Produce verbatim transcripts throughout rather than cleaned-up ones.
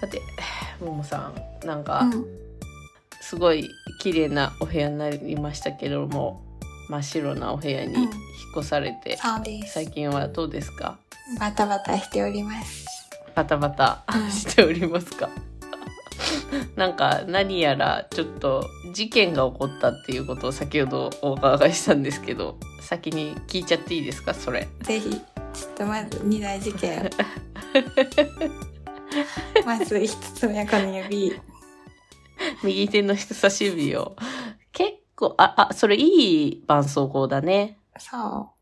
さて、ももさん、なんか、 うん、 すごい綺麗なお部屋になりましたけども、真っ白なお部屋に引っ越されて、 そうです。 最近はどうですか？ バタバタしております。 バタバタうんしておりますか？なんか何やらちょっと事件が起こったっていうことを先ほどお伺いしたんですけど、先に聞いちゃっていいですか？それぜひ、ちょっとまず二大事件。まず一つ目はこの指。 右手の人差し指を結構ああそれいい絆創膏だね。 そう、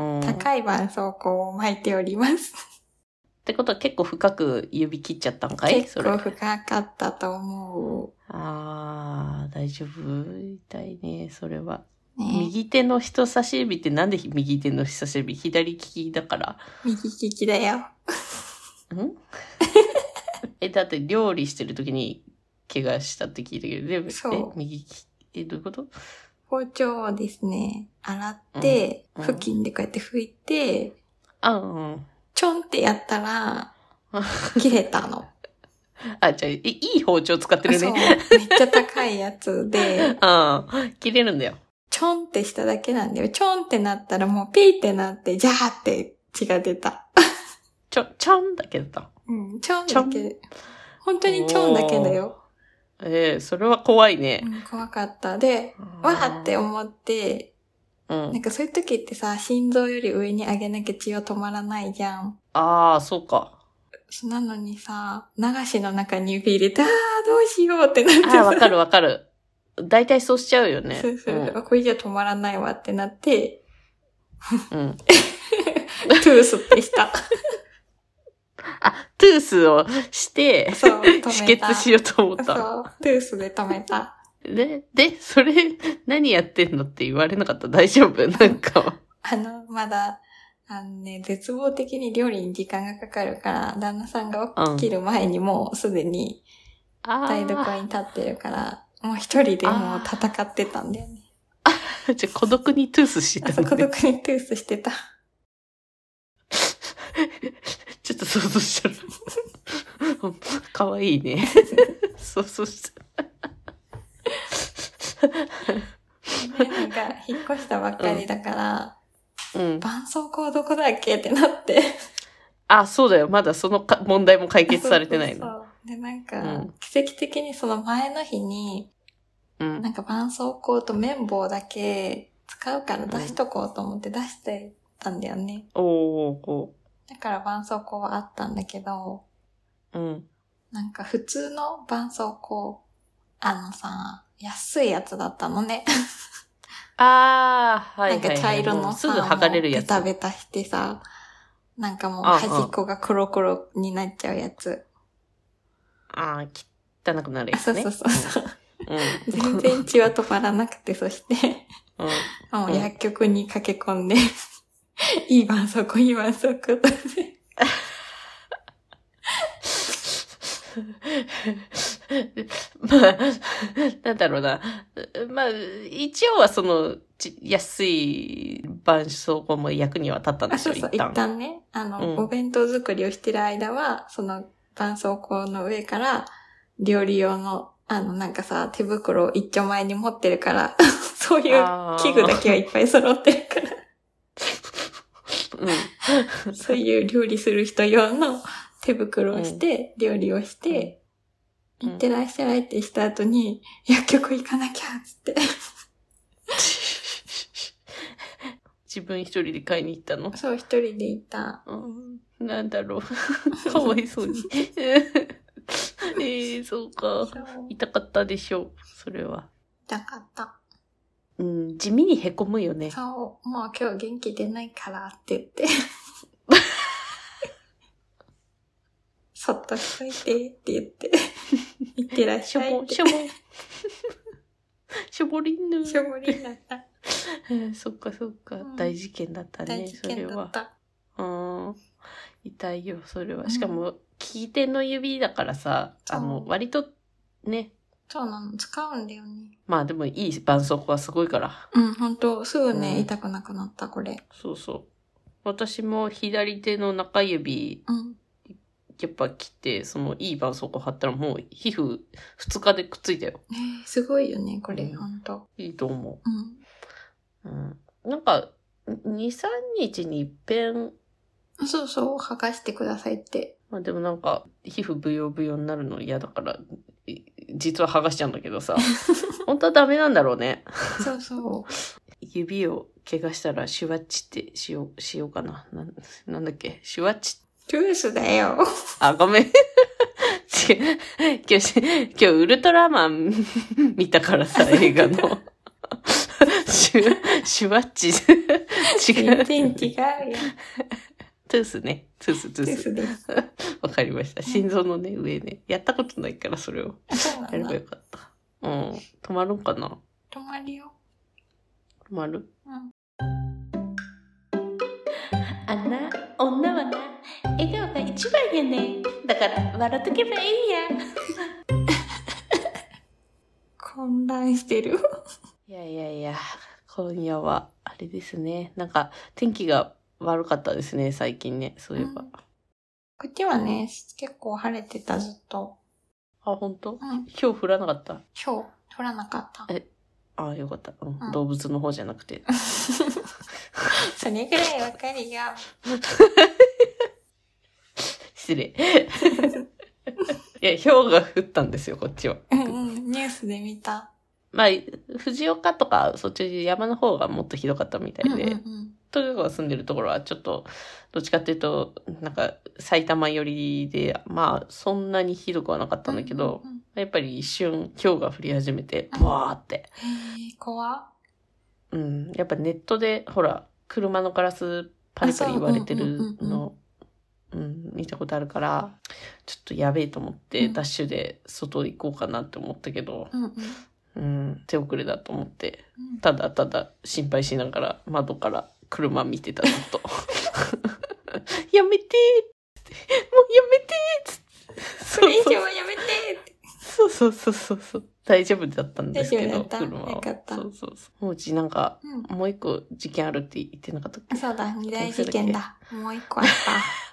うん、 高い絆創膏を巻いております。 ってことは結構深く指切っちゃったんかい？ 結構深かったと思う。 あー、大丈夫？痛いね、それは。 ね、 右手の人差し指ってなんで右手の人差し指？左利きだから。 右利きだよ。 んえ、だって料理してる時に怪我したって聞いたけど、でも、 そうえ、右利き、え、どういうこと？ 包丁をですね、洗って、 うんうん布巾でこうやって拭いて、 あ、うん。 ちょんってやったら、切れたの。 あ、じゃあ、いい包丁使ってるね。 そう。めっちゃ高いやつで、 ああ、切れるんだよ。 ちょんってしただけなんだよ。ちょんってなったらもうピーってなって、ジャーって血が出た。 ちょ、ちょんだけだった。 うん、ちょんだけ。本当にちょんだけだよ。 ええー、それは怖いね。 うん、怖かった。で、わーって思って、 うん、 なんかそういう時ってさ、心臓より上に上げなきゃ血は止まらないじゃん。 ああ、そうか。 なのにさ、流しの中に指入れて、あーどうしようってなってさ。 ああ、わかるわかる。大体そうしちゃうよね。 そうそう、 うん、 これじゃ止まらないわってなって、 うん。 トゥースってした。 あ、トゥースをして、 そう、止めた。 止血しようと思った。 そう、トゥースで止めた。 で、で、それ、何やってんのって言われなかった？大丈夫？なんか。 あの、まだ、あのね、絶望的に料理に時間がかかるから、旦那さんが起きる前にもうすでに台所に立ってるから、もう一人でもう戦ってたんだよね。 あ、じゃあ孤独にトゥースしてたんだ、ね。 孤独にトゥースしてた。 ちょっと想像したら。かわいいね。想像したら。 なんか、引っ越したばっかりだから、 うん。 絆創膏どこだっけってなって。 あ、そうだよ。まだそのか問題も解決されてないの。 そうそうそう。で、なんか、 うん、 奇跡的にその前の日に、 うん、 なんか絆創膏と綿棒だけ使うから出しとこうと思って出してたんだよね。 うん、おー、こだから絆創膏はあったんだけど、 う。うん。 なんか普通の絆創膏、あのさ、安いやつだったのね。 あー、はいはい、はい。 なんか茶色のさ、 すぐ剥がれるやつ。 ベタベタしてさ、なんかもう端っこが黒黒になっちゃうやつ。 あー、汚くなるやつね。 そうそうそう。 うん、 全然血は止まらなくて、そして、 うん、 もう薬局に駆け込んで、いい絆創膏、いい絆創膏として。 まあ、なんだろうな。まあ、一応はその、安い絆創膏も役には立ったんでしょ？ あ、そうそう、一旦, 一旦ね、あの、うん、お弁当作りをしてる間は、その絆創膏の上から、料理用の、あの、なんかさ、手袋を一丁前に持ってるから、そういう器具だけはいっぱい揃ってるから。うん、そういう料理する人用の手袋をして、料理をして、うん、いってらっしゃいってした後に、薬局行かなきゃっつって。 自分一人で買いに行ったの？ そう、一人で行った。 うん、なんだろう。かわいそうに。ええー、そうか。痛かったでしょう、それは。 痛かった。 うん、地味に凹むよね。 そう、もう今日元気出ないからって言って。そっとしといてって言って。いってらっしゃいって。 しょぼ、しょぼ。しょぼりんぬ。 しょぼりんだった。 そっかそっか、うん、大事件だったね、 大事件だった。 それは。うん。痛いよ、それは。しかも、うん、利き手の指だからさ、あの、割と、ね。 そうなの、使うんだよね。 まあでもいい絆創膏はすごいから。 うん、ほんと、すぐね、うん、痛くなくなった、これ。 そうそう。私も左手の中指、 うん、 やっぱ切って、そのいい絆創膏貼ったらもう皮膚ふつかでくっついたよ。 えー、すごいよね、これ、 うん、 ほんと。 いいと思う。 うん。うん、なんか、に、さんにちに一遍。 そうそう、剥がしてくださいって。 まあでもなんか、皮膚ブヨブヨになるの嫌だから、実は剥がしちゃうんだけどさ。本当はダメなんだろうね。 そうそう。 指を怪我したらシュワッチってしよう、しようかな。な、なんだっけシュワッチ。 トゥースだよ。 あ、ごめん。今日、今日ウルトラマン見たからさ、映画の。シュ、シュワッチ。違う。 全然違うよ。 トゥースね。トゥース、トゥース。 トゥースです。 わかりました。心臓のね、上ね。やったことないから、それを。 そうやればよかった。うん。止まるんかな？ 止まるよ。 止まる？ うん。 あんな、女はな、笑顔が一番やね。だから、笑っとけばいいや。 混乱してる。 いやいやいや、今夜は、あれですね。なんか、天気が悪かったですね、最近ね。そういえば。うん、 こっちはね、結構晴れてた、ずっと。 あ、ほんと？ うん。 今日降らなかった？ 今日、降らなかった。 え、あ、よかった。うん。 うん、 動物の方じゃなくて。 それぐらいわかるよ。 失礼。いや、氷が降ったんですよ、こっちは。 うんうん、ニュースで見た。 まあ、藤岡とか、そっち山の方がもっとひどかったみたいで、 うんうんうん、 トヨが住んでるところはちょっと、どっちかっていうと、なんか、埼玉寄りで、まあ、そんなにひどくはなかったんだけど、うんうんうん、やっぱり一瞬、氷が降り始めて、ブワーって。へー、怖っ。 うん、やっぱネットで、ほら、車のガラスパリパリ言われてるの、うん、見たことあるから、ちょっとやべえと思って、うん、ダッシュで外行こうかなって思ったけど、 うんうんうん、手遅れだと思って、ただただ心配しながら窓から車見てた、ずっと。やめてーって、もうやめてーって。 これ以上はやめてーって。 そうそうそうそうそう。大丈夫だったんですけど、 車は。よかった。 そうそうそう。もううちなんか、うん、もう一個事件あるって言ってなかったっけ？ そうだ、二大事件だ。もう一個あった。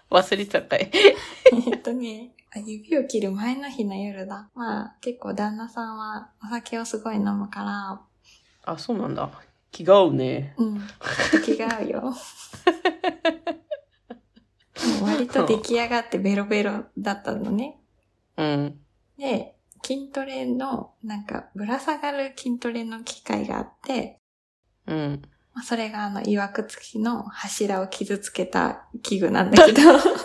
忘れてたかい。 えっとね、指を切る前の日の夜だ。まあ、結構旦那さんはお酒をすごい飲むから。 あ、そうなんだ。気が合うね。 うん。気が合うよ。割と出来上がってベロベロだったのね。 うん。 で、筋トレの、なんか、ぶら下がる筋トレの機械があって、 うん。 まあ、それがあの、曰く付きの柱を傷つけた器具なんだけど。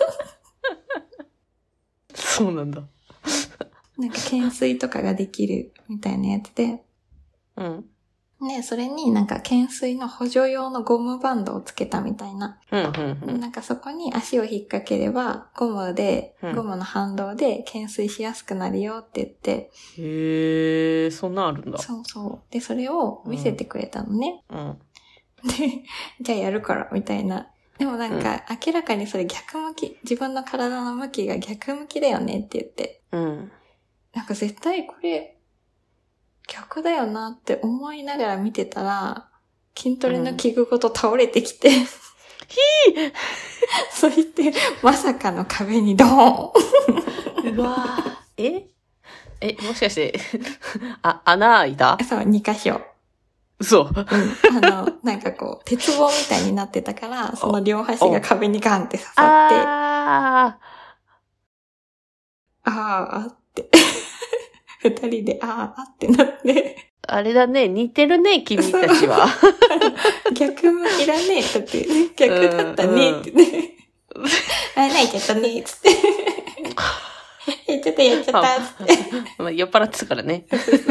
そうなんだ。 なんか、懸垂とかができるみたいなやつで。 うん。 ね、それになんか懸垂の補助用のゴムバンドをつけたみたいな。 うんうんうん、 なんかそこに足を引っ掛ければ、ゴムで、 うん、 ゴムの反動で懸垂しやすくなるよって言って。 へー、そんなんあるんだ。 そうそう。で、それを見せてくれたのね。 うん。うん、 で、じゃあやるから、みたいな。でもなんか、明らかにそれ逆向き、自分の体の向きが逆向きだよねって言って。 うん。なんか絶対これ、逆だよなって思いながら見てたら、筋トレの器具ごと倒れてきて。ひーそして、まさかの壁にドーンうわー。ええ、もしかして、あ、穴開いた？ そう、に箇所。 嘘。うん。 あの、なんかこう、鉄棒みたいになってたから、その両端が壁にガンって刺さって。 あー。あーって。二人で、あーあってなって。 あれだね、似てるね、君たちは。 逆向きだね、だって、逆だったね、ってね。あ、泣いちゃったね、つって。やっちゃった、やっちゃった、つって。 まあ、酔っ払ってたからね。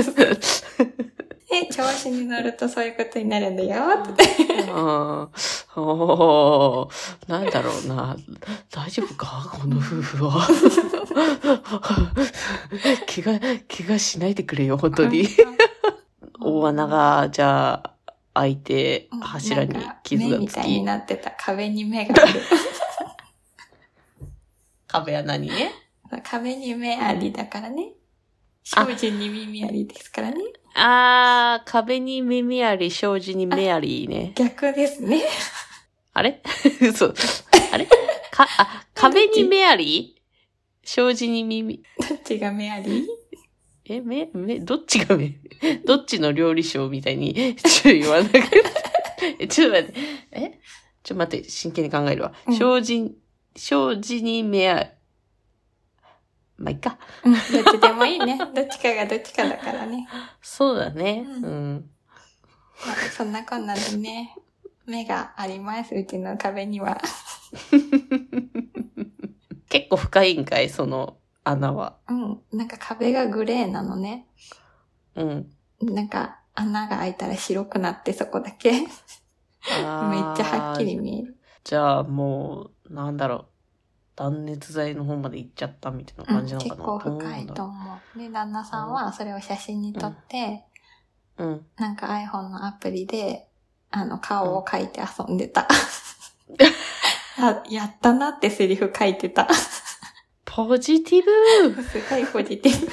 え、調子に乗るとそういうことになるんだよ、って。 ああ、おー、なんだろうな。大丈夫かこの夫婦は。怪我、怪我しないでくれよ、本当に。大穴が、じゃあ、開いて、柱に傷がつき。 目みたいになってた。壁に目がある。 壁穴にね。 壁に目ありだからね。障子に耳ありですからね。 あー、壁に耳あり、障子に目ありね。 逆ですね。 あれ嘘。あれか、あ、壁に目あり障子に耳。 どっちがメアリー？ え、め、め、どっちがめ、どっちの料理賞みたいに、ちょ、言わなくて。え、ちょっと待って。えちょ、待って、真剣に考えるわ。 うん障子、障子に目あ、まあ、いっか。 うん、どっちでもいいね。どっちかがどっちかだからね。 そうだね。 うんうん。 まあ、そんなこんなでね、目があります、うちの壁には。 結構深いんかい、その穴は。 うん。なんか壁がグレーなのね。 うん。 なんか穴が開いたら白くなってそこだけ。めっあちゃはっきり見える。 じゃあもう、なんだろう。断熱材の方まで行っちゃったみたいな感じなのかな。 うん、結構深いと思う。で、旦那さんはそれを写真に撮って、 うん。 なんか iPhone のアプリで、あの、顔を描いて遊んでた。あ、やったなってセリフ書いてた。 ポジティブすごいポジティブ。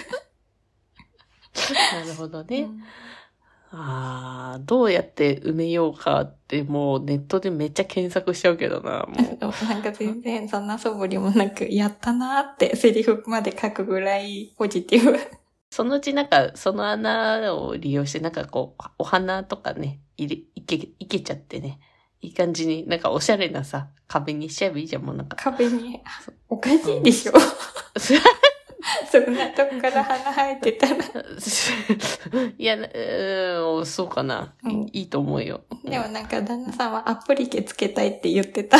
なるほどね。 うん、 ああ、どうやって埋めようかってもうネットでめっちゃ検索しちゃうけどな、もう。なんか全然そんな素振りもなく、やったなってセリフまで書くぐらいポジティブ。 そのうちなんか、その穴を利用して、なんかこう、お花とかね、入れ、いけ、いけちゃってね。いい感じに、なんかおしゃれなさ、壁にしちゃえばいいじゃん、もうなんか。 壁に、おかしいでしょ。そんなとこから花生えてたら。 いや、うん、そうかな、うん。いいと思うよ。 でもなんか旦那さんはアプリケつけたいって言ってた。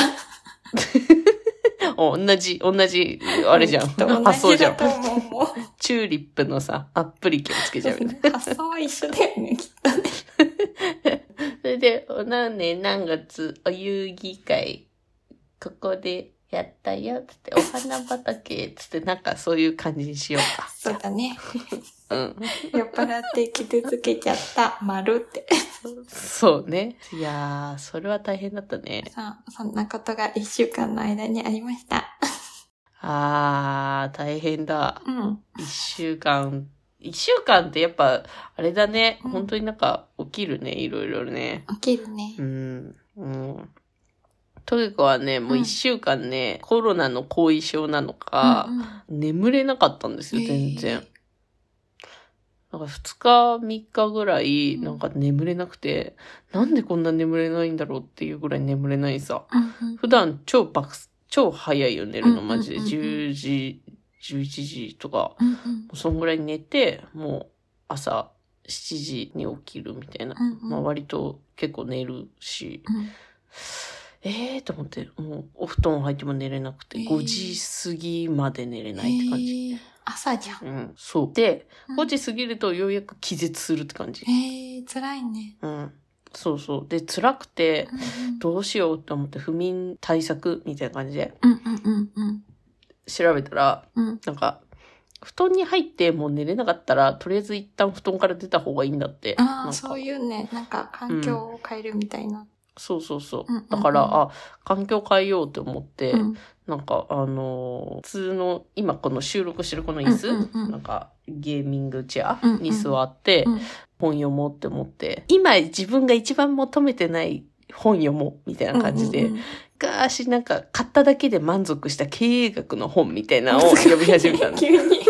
同じ、同じ、あれじゃん。発想じゃん。チューリップのさ、アプリケをつけちゃうよね。 発想は一緒だよね、きっとね。 それで、何年何月お遊戯会、ここでやったよ、つって、お花畑、つって、なんかそういう感じにしようか。 そうだね。 うん。 酔っ払って傷つけちゃった、丸って。 そうね。いやー、それは大変だったね。 そう、そんなことが一週間の間にありました。 あー、大変だ。 うん。 一週間、一週間ってやっぱ、あれだね、うん。本当になんか起きるね、いろいろね。 起きるね。 うん。うん。トゲコはね、もう一週間ね、うん、コロナの後遺症なのか、うんうん、眠れなかったんですよ、全然。なんか二日、三日ぐらい、なんか眠れなくて、うん、なんでこんな眠れないんだろうっていうぐらい眠れないさ。うんうん、普段超爆、超早いよ、寝るの、マジで。じゅうじ、じゅういちじとか、うんうん、そんぐらい寝て、もう朝しちじに起きるみたいな。うんうん、まあ割と結構寝るし。うんえーと思って、もうお布団入っても寝れなくて、えー、ごじ過ぎまで寝れないって感じ。 えー、朝じゃん。 うん、そう。で、ごじ過ぎるとようやく気絶するって感じ。 えー、辛いね。 うん。そうそう。で、辛くて、どうしようと思って不眠対策みたいな感じで、 うんうんうんうん、 調べたら、 うん、 なんか、布団に入ってもう寝れなかったら、とりあえず一旦布団から出た方がいいんだって。 ああ、そういうね、なんか環境を変えるみたいな。うんそうそうそう。うんうんうん、だから、あ、環境変えようと思って、うん、なんか、あのー、普通の、今この収録してるこの椅子、うんうんうん、なんか、ゲーミングチェアに座って、うんうん、本読もうって思って、今自分が一番求めてない本読もうみたいな感じで、うんうんうん、昔なんか買っただけで満足した経営学の本みたいなのを読み始めたんです。急に。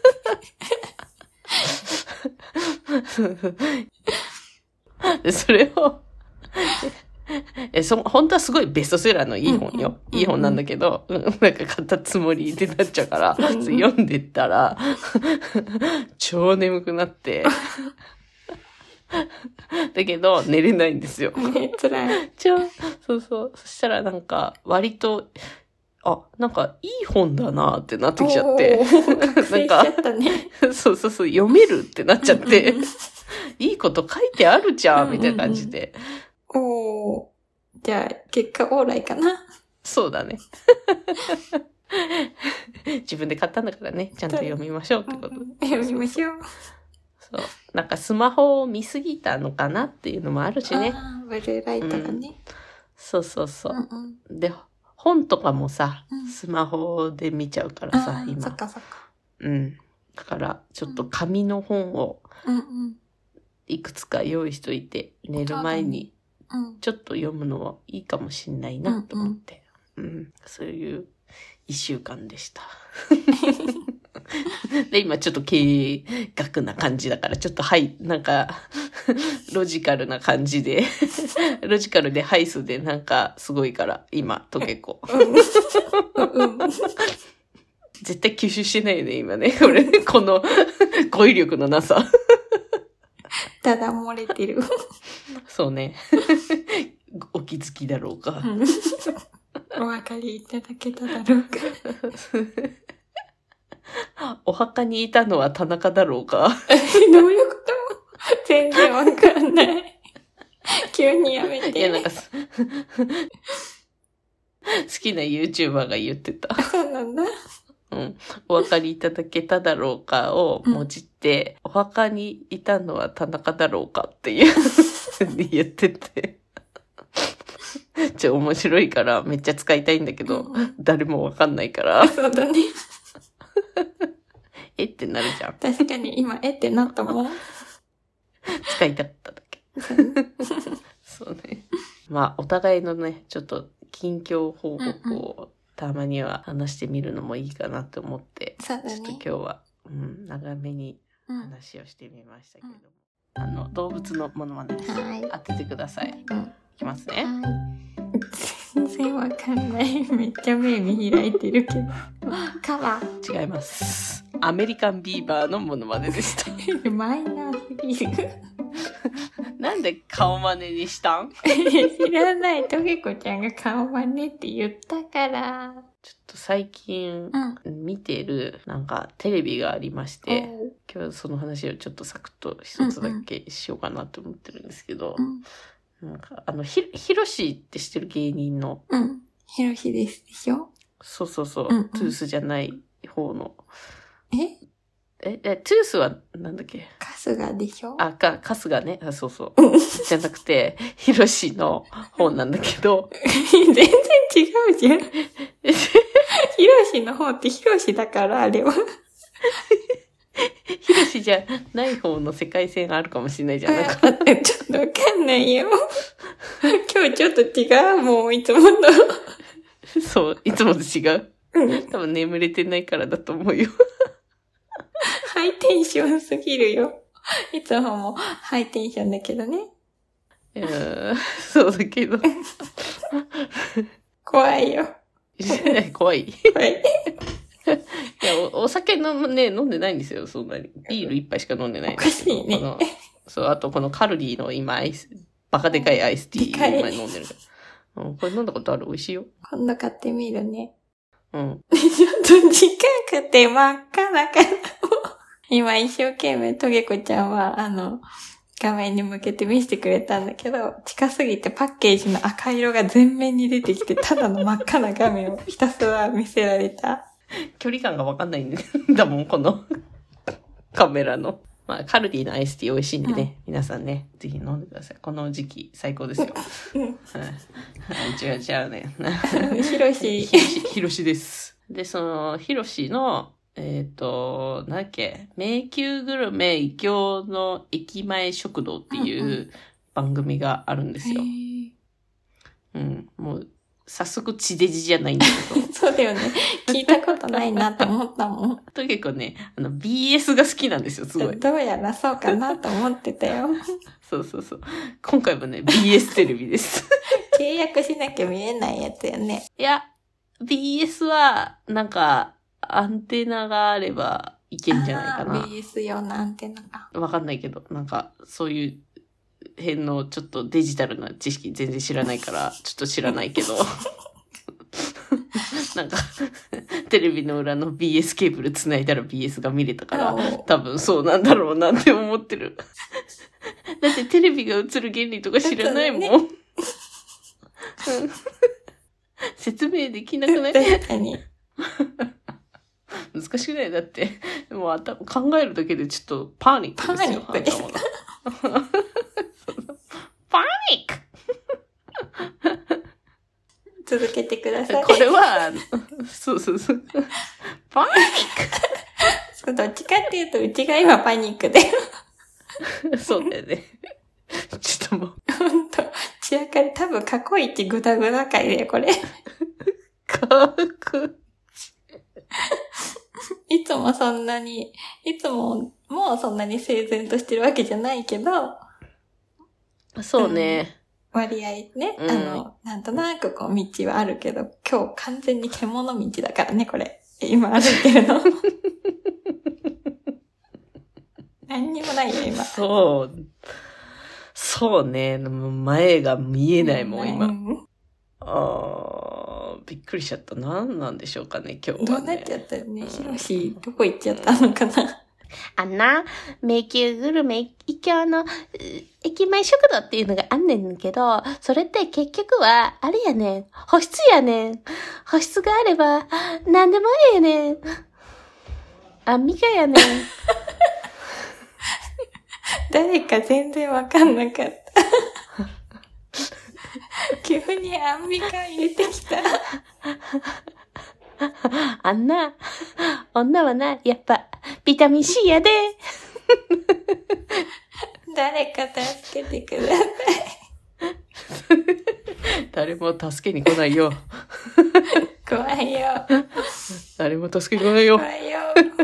でそれを、え、そ、本当はすごいベストセラーのいい本よ。うんうん、いい本なんだけど、うん、なんか買ったつもりでなっちゃうから、うんうん、読んでったら、超眠くなって。だけど、寝れないんですよ。 ね、辛い。 超、そうそう。そしたらなんか、割と、あ、なんか、いい本だなってなってきちゃって。 なんか、ね、 そうそうそう、読めるってなっちゃって。うんうん、いいこと書いてあるじゃん、みたいな感じで。 うんうんおー。じゃあ、結果オーライかな。 そうだね。自分で買ったんだからね、ちゃんと読みましょうってこと。 読みましょう。 そう。なんかスマホを見すぎたのかなっていうのもあるしね。 ああ、ブルーライトがね、うん。 そうそうそう。うんうん、で、本とかもさ、うん、スマホで見ちゃうからさ、今。 そっかそっか。 うん。だから、ちょっと紙の本を、いくつか用意しといて、寝る前に、ちょっと読むのはいいかもしんないなと思って、うんうん、うん、そういう一週間でした。で、今ちょっと経営学な感じだから、ちょっとはい、なんか、ロジカルな感じで、ロジカルでハイスでなんかすごいから、今、とけこ。絶対吸収してないよね、今ね。これ、この語彙力のなさ。 ただ漏れてる。 そうね。お気づきだろうか。 お分かりいただけただろうか。 お墓にいたのは田中だろうか。 どういうこと全然わかんない。急にやめて。 いや、なんか、好きな YouTuber が言ってた。 そうなんだ。 うん。お分かりいただけただろうかをもじって、うん、お墓にいたのは田中だろうかっていう言ってて。ちょ、面白いからめっちゃ使いたいんだけど、うん、誰もわかんないから。 そうだね。 えってなるじゃん。 確かに今、えってなったもん。 使いたかっただけ。そうね。まあ、お互いのね、ちょっと近況報告をたまには話してみるのもいいかなと思って、 そうだね、 ちょっと今日は、うん、長めに話をしてみましたけども。うん、あの、動物のものまねです。はい。当ててください。うん、いきますね。はい。 全然わかんない。めっちゃ目見開いてるけど。カバー。違います。アメリカンビーバーのモノマネでした。 マイナーすぎる。 なんで顔真似にしたん？ 知らない。トゲコちゃんが顔真似って言ったから。 ちょっと最近見てるなんかテレビがありまして、うん、今日その話をちょっとサクッと一つだけしようかなと思ってるんですけど、うん、なんかあのひひろしって知ってる芸人の、 うん、ひろしですでしょ？ そうそうそう、うんうん、トゥースじゃない方の。 え？ え、え、トゥースはなんだっけ？ 春日でしょ？ あ、か、春日ね。あ、そうそう。じゃなくて、ひろしの方なんだけど。 全然違うじゃん。ひろしの方ってひろしだから、あれは。 ひろしじゃない方の世界線があるかもしれないじゃん。なんかちょっとわかんないよ。今日ちょっと違う、もういつもと。 そう、いつもと違う。多分眠れてないからだと思うよ。 ハイテンションすぎるよ。いつももハイテンションだけどね。 いやー、そうだけど。 怖いよ。 怖い。 怖い。 いやお、お酒飲むね、飲んでないんですよ、そんなに。ビール一杯しか飲んでないんですよ。 おかしいね。 このそう、あとこのカルディの今アイス、バカでかいアイスティー今飲んでる。うん、これ飲んだことある？美味しいよ。 今度買ってみるね。 うん。 ちょっと近くて真っ赤だから。今一生懸命トゲコちゃんは、あの、画面に向けて見せてくれたんだけど、近すぎてパッケージの赤色が全面に出てきて、ただの真っ赤な画面をひたすら見せられた。 距離感がわかんないんだもん、このカメラの。まあ、カルディのアイスティー美味しいんでね、うん、皆さんね、ぜひ飲んでください。この時期最高ですよ。うん、違う違うね。 ひろし。 ひろしです。で、その、ひろしの、えっ、ー、と、なんだっけ、迷宮グルメ異教の駅前食堂っていう番組があるんですよ。うん、うん、もう、早速地デジじゃないんだけど。 そうだよね。聞いたことないなって思ったもん。 と結構ね、あの ビーエス が好きなんですよ、すごい。 どうやらそうかなと思ってたよ。 そうそうそう。今回もね、ビーエス テレビです。 契約しなきゃ見えないやつよね。 いや、ビーエス は、なんか、アンテナがあればいけんじゃないかな。 ビーエス 用のアンテナが。 わかんないけど、なんか、そういう辺のちょっとデジタルな知識全然知らないから、ちょっと知らないけど。なんか、テレビの裏の ビーエス ケーブル繋いだら ビーエス が見れたから、多分そうなんだろうなって思ってる。だってテレビが映る原理とか知らないもん。ね、説明できなくない？ 確かに。 難しくない？だって、もう頭考えるだけでちょっとパニックですよ。 パニックですか？ パニック続けてください。 これは、そうそうそう。パニックどっちかっていうと、うちが今パニックで。 そうだよね。ちょっともう。 ほんと、散らかり、多分過去一グダグダ回だよ、これ。 過去いつもそんなに、いつももうそんなに整然としてるわけじゃないけど、 そうね。 うん、割合ね、 うん、 あの、なんとなくこう道はあるけど、今日完全に獣道だからね、これ。今歩いてるの。何にもないよ、今。 そう。そうね。前が見えないもん、今。うん、あー、びっくりしちゃった。何なんでしょうかね、今日は、ね。 どうなっちゃったよね。ヒロシ、どこ行っちゃったのかな。 あんな、迷宮グルメ一挙の駅前食堂っていうのがあんねんけど、それって結局は、あれやねん。保湿やねん。保湿があれば、なんでもええねん。アンミカやねん。 誰か全然わかんなかった。急にアンミカ入れてきた。 あんな、女はな、やっぱ、ビタミン C やで。 誰か助けてください。 誰も助けに来ないよ。 怖いよ。 誰も助けに来ないよ。 怖いよ。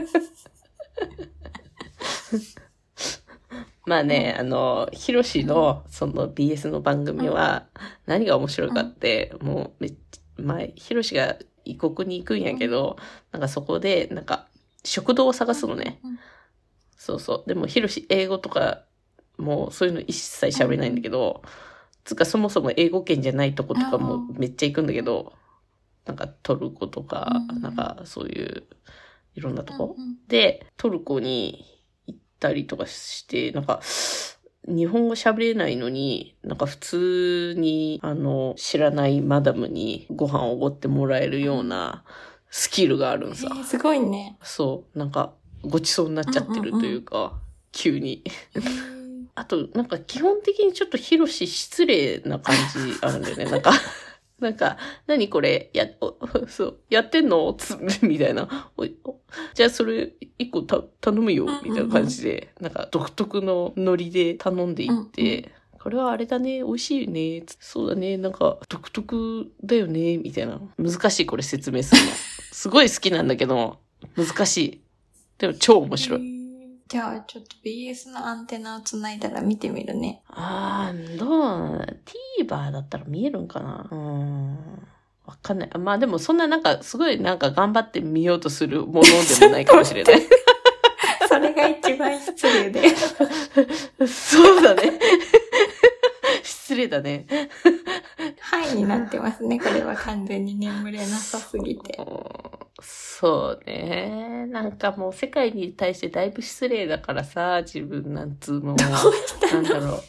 まあね、あの、ヒロシの、その ビーエス の番組は、何が面白いかって、うん、もうめっちゃ、まあ、ヒロシが異国に行くんやけど、なんかそこで、なんか、食堂を探すのね。うん、そうそう。でも、ヒロシ英語とか、もうそういうの一切喋れないんだけど、うん、つうかそもそも英語圏じゃないとことかもめっちゃ行くんだけど、なんかトルコとか、うん、なんかそういう、いろんなとこ、うん、で、トルコに行ったりとかして、なんか、日本語喋れないのに、なんか普通に、あの、知らないマダムにご飯をおごってもらえるようなスキルがあるんさ。 えー、すごいね。 そう、なんか、ごちそうになっちゃってるというか、うんうんうん、急に。あと、なんか基本的にちょっとヒロシ失礼な感じあるんだよね。なんか、なんか、何これ、や、そう、やってんのつみたいな。おいおじゃあそれ一個た頼むよみたいな感じで、なんか独特のノリで頼んでいって、うんうん、これはあれだね、美味しいよね、そうだね、なんか独特だよね、みたいな。難しいこれ説明するの。すごい好きなんだけど、難しい。でも超面白い。 じゃあ、ちょっと ビーエス のアンテナを繋いだら見てみるね。 あー、どう ?TVer だったら見えるんかなうーん。わかんない。まあでもそんななんか、すごいなんか頑張って見ようとするものでもないかもしれない。 それが一番失礼で。 そうだね。失礼だね。 はいになってますね。これは完全に眠れなさすぎて。 そうね。なんかもう世界に対してだいぶ失礼だからさ、自分なんつうのも。なんだろう。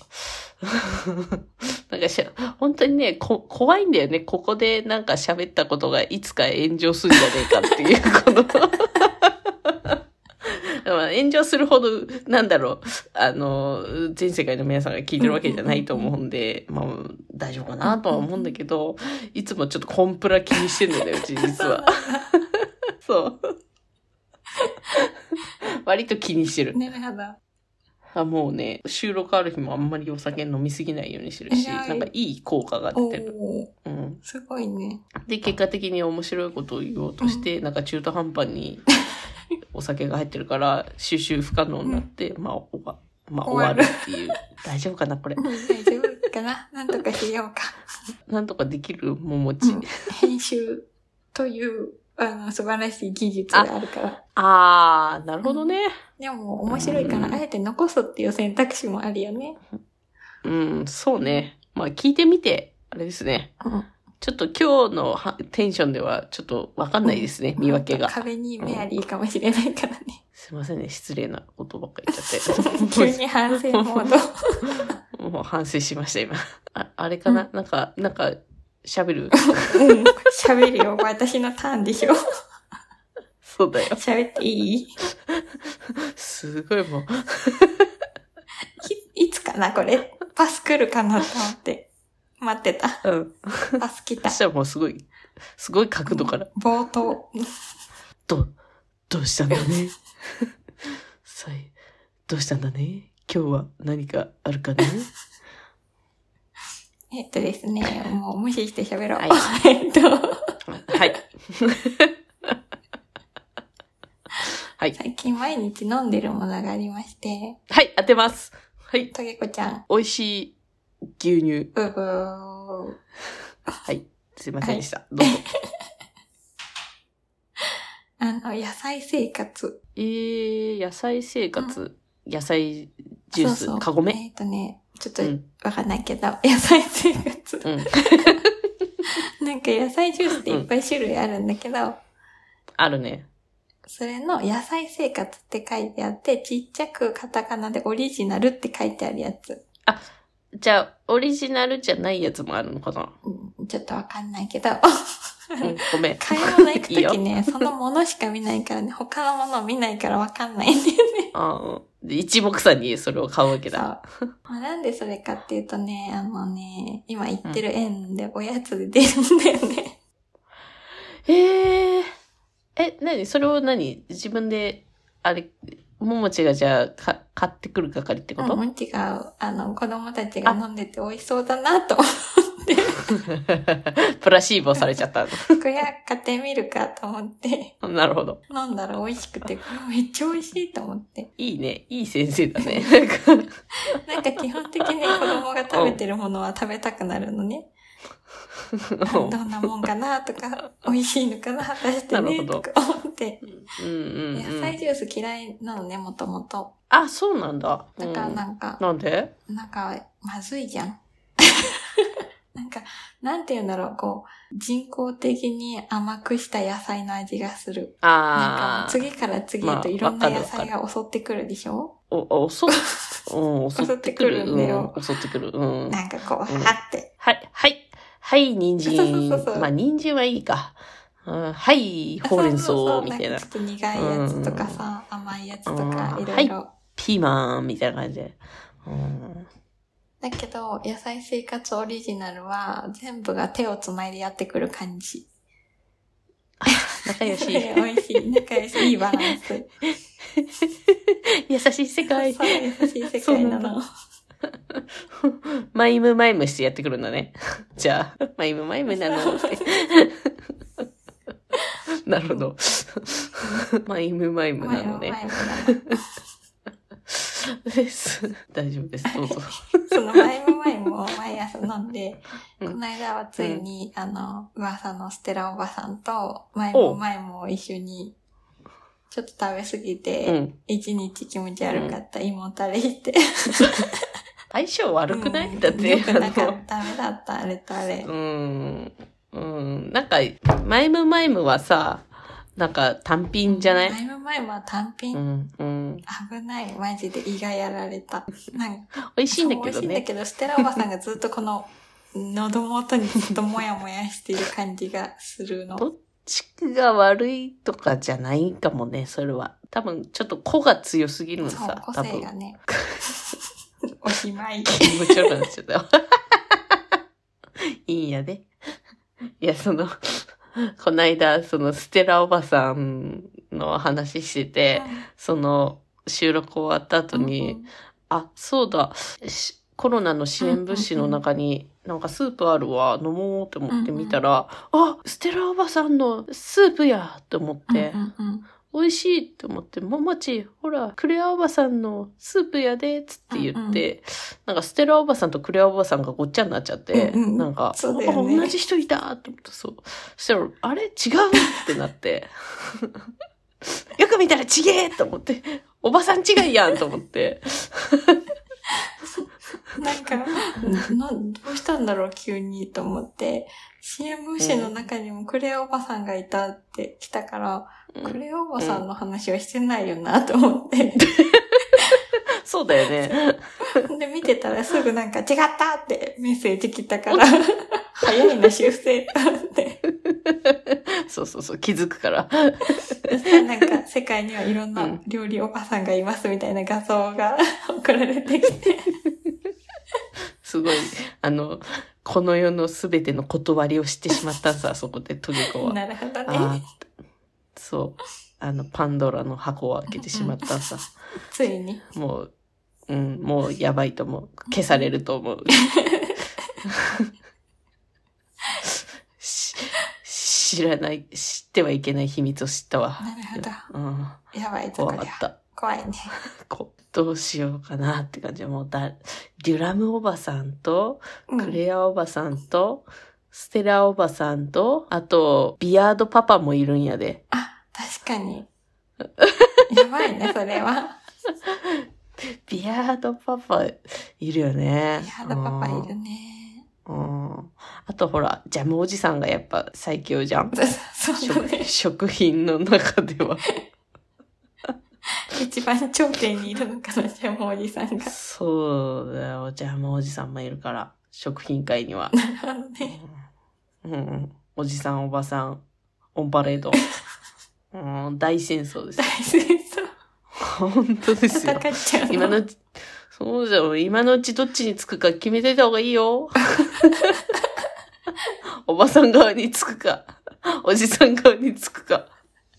なんかし本当にねこ、怖いんだよね。ここでなんか喋ったことがいつか炎上するんじゃねえかっていうこと。炎上するほど、なんだろう、あの、全世界の皆さんが聞いてるわけじゃないと思うんで、まあ、大丈夫かなとは思うんだけど、いつもちょっとコンプラ気にしてるんだよ、うち実は。そう。割と気にしてる。 なるほど。 あ、もうね、収録ある日もあんまりお酒飲みすぎないようにしてるし、なんかいい効果が出てる。 うん。すごいね。 で、結果的に面白いことを言おうとして、うん、なんか中途半端にお酒が入ってるから、収集不可能になって、うん、まあ、おわ、まあ、終わるっていう。大丈夫かな、これ。 大丈夫かななんとかしようか。 なんとかできるももち、うん。 編集という、あの、素晴らしい技術があるから。 ああ、なるほどね。 うん、でも、面白いから、あえて残すっていう選択肢もあるよね。 うん、そうね。まあ、聞いてみて、あれですね。うん、ちょっと今日のテンションではちょっとわかんないですね、うん、見分けが。 壁にメアリーかもしれないからね。うん、 すいませんね、失礼なことばっかり言っちゃって。 急に反省モード。もう反省しました、今。あ、あれかな、うん、なんか、なんか、喋るうん、喋るよ。私のターンでしょ。 そうだよ。 喋っていいすごいもうい。いつかな、これ。パス来るかなと思って。待ってた。 うん。 パス来た。 そしたらもうすごい、すごい角度から。 冒頭。 ど、どうしたんだね。さい、どうしたんだね。今日は何かあるかね。 えっとですね、もう無視して喋ろう。 はい、 えっと。 はい。 はい。 最近毎日飲んでるものがありまして。 はい、当てます。はい。 とげこちゃん。 美味しい牛乳。 うぶー。 はい。すいませんでした。はい、どうぞ。 あの、野菜生活。 えー、野菜生活。うん、野菜ジュース。そうそうカゴメ。 えっとね、ちょっとわかんないけど、うん、野菜生活。うん、なんか野菜ジュースっていっぱい種類あるんだけど。うん、 あるね。 それの野菜生活って書いてあって、ちっちゃくカタカナでオリジナルって書いてあるやつ。 あ、じゃあ、オリジナルじゃないやつもあるのかな？ うん、ちょっとわかんないけど。 うん、ごめん。 買い物行くときねいい、そのものしか見ないからね、他のものを見ないからわかんないんだよね。 ああ。一目散にそれを買うわけだ。 そう。まあ、なんでそれかっていうとね、あのね、今行ってる園でおやつで出るんだよね。 うん、えー。え、なにそれを何自分で、あれ、ももちがじゃあ、か、買ってくる係ってこと？ ももちが、あの、子供たちが飲んでて美味しそうだなと思って。 プラシーボされちゃった。 これ買ってみるかと思って。 なるほど。 飲んだら美味しくて、これめっちゃ美味しいと思って。 いいね。いい先生だね。 なんか基本的に子供が食べてるものは食べたくなるのね。どんなもんかなとか、美味しいのかな出してねとか思って。うんうんうん、野菜ジュース嫌いなのね、もともと。 あ、そうなんだ。 だからなんか、 うん、なんで？ なんか、まずいじゃん。なんか、なんて言うんだろう、こう、人工的に甘くした野菜の味がする。ああ。なんか次から次へといろんな野菜が襲ってくるでしょ？ まあ、お、襲っ、うん、襲ってくる。襲ってくるんだよ。うん、襲ってくる。うん。 なんかこう、はって。 はい、はい。はい、人参。そうそうそう。まあ、人参はいいか。うん、はい、ほうれん草みたいな。 ちょっと苦いやつとかさ、うん、甘いやつとか、いろいろ。はい、 ピーマンみたいな感じで。うん、 だけど、野菜生活オリジナルは、全部が手をつないでやってくる感じ。 仲良し。 美味しい。仲良し。いいバランス。 優しい世界。 そう、優しい世界なの。 マイムマイムしてやってくるんだね。じゃあ、マイムマイムなのって。なるほど。マイムマイムなのね。マイムマイムなの。です。大丈夫です。どうぞ。 そのマイムマイムを毎朝飲んで、うん、この間はついに、うん、あの、噂のステラおばさんとマイムマイムを一緒に、ちょっと食べ過ぎて、一、うん、日気持ち悪かった胃もたれして。 相性悪くない、うん、だって。 よくなかった。ダメだった、あれとあれ。 うん。うん。なんか、マイムマイムはさ、なんか単品じゃない？ マイムマイムは単品。うんうん、危ない。マジで胃がやられた。なんか美味しいんだけどね。 美味しいんだけど、ステラおばさんがずっとこの喉元にずっともやもやしている感じがするの。 どっちが悪いとかじゃないかもね、それは。多分ちょっと個が強すぎるのさ。 そう、個性がね。おしまい。 気持ち悪くなっちゃったよ。いいんやで。いや、その、こないだ、そのステラおばさんの話してて、うん、その収録終わった後に、うんうん、あ、そうだ、コロナの支援物資の中になんかスープあるわ、飲もうと思ってみたら、うんうん、あ、ステラおばさんのスープやと思って、うんうんうん、美味しいって思って、ももち、ほら、クレアおばさんのスープやで、つって言って、うんうん、なんかステラおばさんとクレアおばさんがごっちゃになっちゃって、うんうん、なんか、そうだよね、同じ人いたと思って、そう。そしたら、あれ違うってなって、よく見たらちげえと思って、おばさん違いやんと思って。 なんかな、どうしたんだろう、急にと思って、シーエム 物資の中にもクレアおばさんがいたって来たから、うん、クレアおばさんの話はしてないよなと思って。うん、 そうだよね。 で、見てたらすぐなんか違ったってメッセージ来たから、早いな修正って。 そうそうそう、気づくから。 そしたらなんか世界にはいろんな料理おばさんがいますみたいな画像が送られてきて。 すごい、あの、この世のすべての断りをしてしまったさ、そこでトゲコは。 なるほどね。 そう。あの、パンドラの箱を開けてしまったさ。 ついに。 もう、うん、もうやばいと思う。消されると思う。し、し知らない、知ってはいけない秘密を知ったわ。 なるほど。 うん。 やばいぞ、 怖かった。 怖いね。 こどうしようかなって感じ。もうだ、デュラムおばさんと、クレアおばさんと、うん、ステラおばさんと、あと、ビアードパパもいるんやで。 あ、確かに。やばいね、それは。 ビアードパパいるよね。 ビアードパパいるね。 うん。あとほら、ジャムおじさんがやっぱ最強じゃん。 そうだね。 食品の中では。 一番頂点にいるのかな、ジャムおじさんが。 そうだよ、ジャムおじさんもいるから、食品界には。 なるほどね。 うん、うん。おじさん、おばさん、オンパレード。うん、大戦争です。 大戦争。 本当ですよ。 戦っちゃうの。 今のうち、そうじゃん。今のうちどっちにつくか決めといた方がいいよ。おばさん側につくか、おじさん側につくか。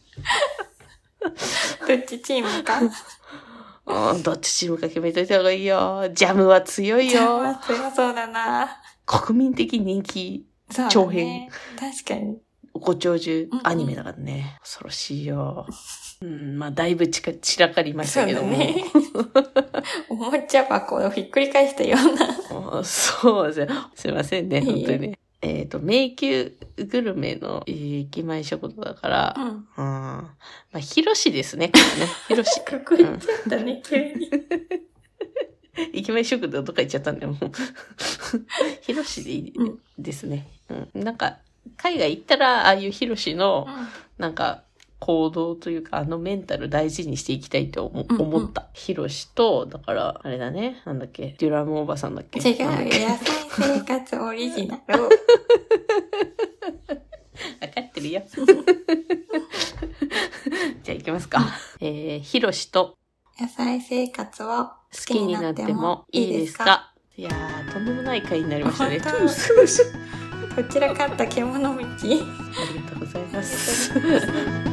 どっちチームか。 うん、どっちチームか決めといた方がいいよ。ジャムは強いよ。 ジャムは強そうだな。 国民的人気長編。ね、確かに。 ご長寿アニメだからね。うんうん、恐ろしいよ。うん、まあ、だいぶちか散らかりましたけども。そうだね。 おもちゃ箱をひっくり返したような。 そうですよ。すいませんね、本当にね。えっ、ー、と、迷宮グルメの、えー、駅前食堂だから、うん。うん、まあ、ヒロシですね、これね。ヒロシ。 ここ行っちゃったね、うん、急に。 駅前食堂とか行っちゃったんだよ、もう。ヒロシでいいですね。うん。なんか、海外行ったら、ああいうヒロシの、なんか、行動というか、あのメンタル大事にしていきたいと思, 思った。ヒロシと、だから、あれだね、なんだっけ、デュラムおばさんだっけ。 違う、野菜生活オリジナル。わかってるよ。じゃあ行きますか。えー、ヒロシと、 野菜生活を好きになってもいいですか？いやー、とんでもない回になりましたね。 こちらかった獣道。ありがとうございます。